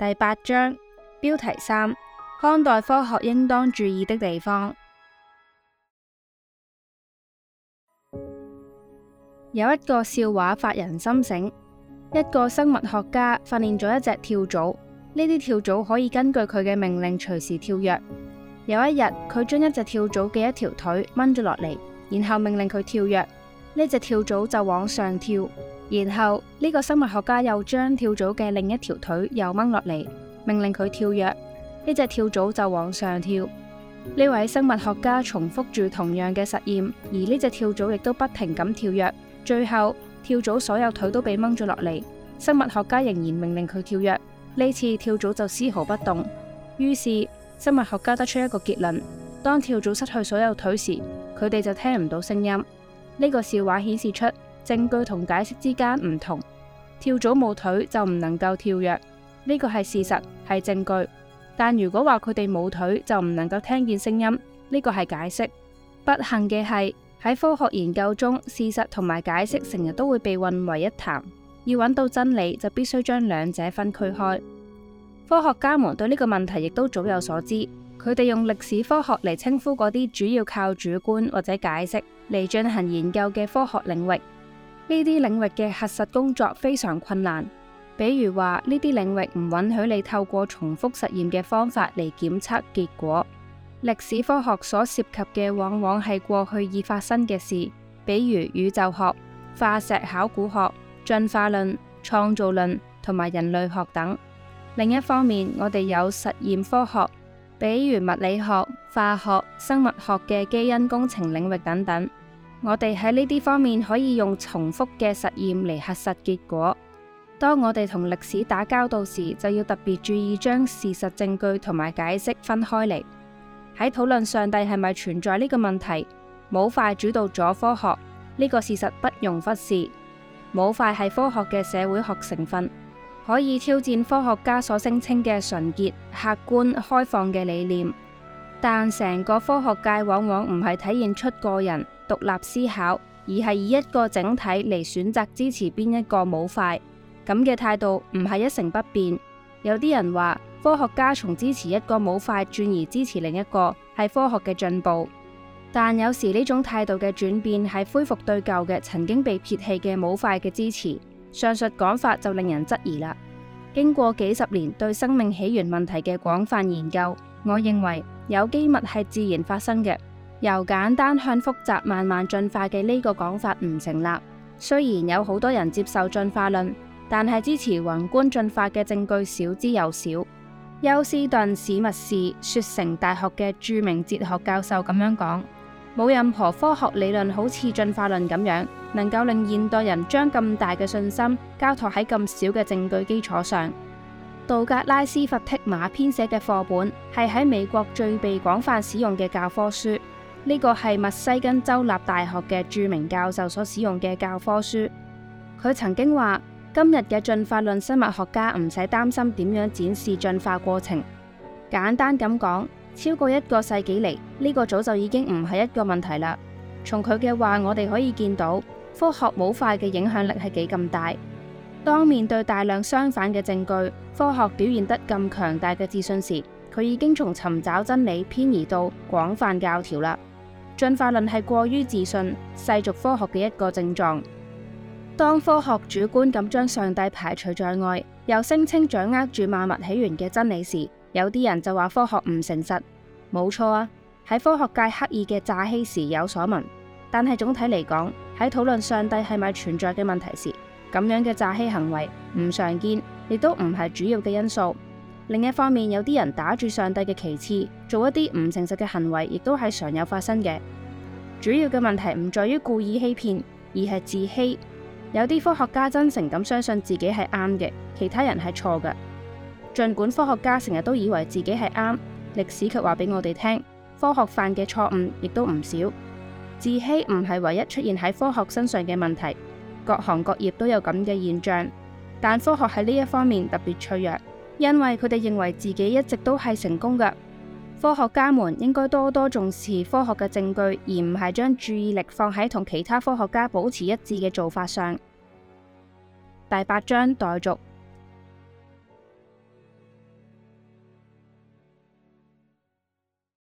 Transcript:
第8章，標題3，看待科學應當注意的地方。有一個笑話發人深省，一個生物學家訓練咗一隻跳蚤，呢啲跳蚤可以根據佢嘅命令隨時跳躍。有一日，佢將一隻跳蚤嘅一條腿掹咗落嚟，然後命令佢跳躍，呢隻跳蚤就往上跳。然後呢個生物學家又將跳蚤嘅另一條腿又掹落嚟，命令佢跳躍，呢隻跳蚤就往上跳。呢位生物學家重複住同樣嘅實驗，而呢隻跳蚤亦都不停咁跳躍。最後跳蚤所有腿都被掹咗落嚟，生物學家仍然命令佢跳躍，呢次跳蚤就絲毫不動。於是生物學家得出一個結論：當跳蚤失去所有腿時，佢哋就聽唔到聲音。呢個笑話顯示出證據同解釋之間唔同。跳蚤冇腿就唔能夠跳躍，呢個係事實，係證據。但如果話佢哋冇腿就唔能夠聽見聲音，呢個係解釋。不幸嘅係喺科學研究中，事實同埋解釋成日都會被混為一談。要揾到真理，就必須將兩者分區開。科學家們對呢個問題亦都早有所知，佢哋用歷史科學嚟稱呼嗰啲主要靠主觀或者解釋嚟進行研究嘅科學領域。呢啲領域嘅核實工作非常困難，比如話呢啲領域唔允許你透過重複實驗嘅方法嚟檢測結果。歷史科學所涉及嘅往往係過去已發生嘅事，比如宇宙學、化石考古學、進化論、創造論同埋人類學等。另一方面，我哋有實驗科學，比如物理學、化學、生物學嘅基因工程領域等等。我哋喺呢啲方面可以用重複嘅實驗嚟核實結果。當我哋同歷史打交道時，就要特別注意將事實證據同埋解釋分開嚟。喺討論上帝係咪存在呢個問題，模塊主導咗科學，呢個事實不容忽視。模塊係科學嘅社會學成分，可以挑戰科學家所聲稱嘅純潔、客觀、開放嘅理念。但成個科學界往往唔係體現出個人獨立思考，而係以一個整體嚟選擇支持邊一個模塊。咁嘅態度唔係一成不變。有啲人話科學家從支持一個模塊轉而支持另一個，係科學嘅進步。但有時呢種態度嘅轉變係恢復對舊嘅曾經被撇棄嘅模塊嘅支持。上述講法就令人質疑啦。經過幾十年對生命起源問題嘅廣泛研究，我認為有機物係自然發生嘅，由簡單向複雜慢慢進化嘅呢個講法唔成立。雖然有好多人接受進化論，但係支持宏觀進化嘅證據少之又少。休斯頓史密士雪城大學嘅著名哲學教授咁樣講：冇任何科學理論好似進化論咁樣，能夠令現代人將咁大嘅信心交託喺咁少嘅證據基礎上。道格拉斯佛剔馬編寫嘅課本係喺美國最被廣泛使用嘅教科書，呢個係密西根州立大學嘅著名教授所使用嘅教科書。佢曾經話：今日嘅進化論生物學家唔使擔心點樣展示進化過程。簡單咁講，超過1個世紀嚟，呢個早就已經唔係一個問題啦。從佢嘅話，我哋可以見到科學模塊嘅影響力係幾咁大。當面對大量相反嘅證據，科學表現得咁強大嘅自信時，佢已經從尋找真理偏移到廣泛教條啦。進化論係過於自信、世俗科學嘅一個症狀。當科學主觀咁將上帝排除在外，又聲稱掌握住萬物起源嘅真理時，有啲人就話科學唔誠實。冇錯啊，喺科學界刻意嘅詐欺時有所聞，但係總體嚟講，喺討論上帝係咪存在嘅問題時，咁樣嘅詐欺行為唔常見，亦都唔係主要嘅因素。另一方面，有啲人打住上帝嘅旗幟，做一啲唔誠實嘅行為，亦都係常有發生嘅。主要嘅問題唔在於故意欺騙，而係自欺。有啲科學家真誠咁相信自己係啱嘅，其他人係錯嘅。儘管科學家成日都以為自己係啱，歷史卻話俾我哋聽，科學犯嘅錯誤亦都唔少。自欺唔係唯一出現喺科學身上嘅問題，各行各業都有咁嘅現象。但科學喺呢一方面特別脆弱，因為佢哋認為自己一直都係成功嘅。科學家們應該多多重視科學嘅證據，而唔係將注意力放喺同其他科學家保持一致嘅做法上。第8章待續。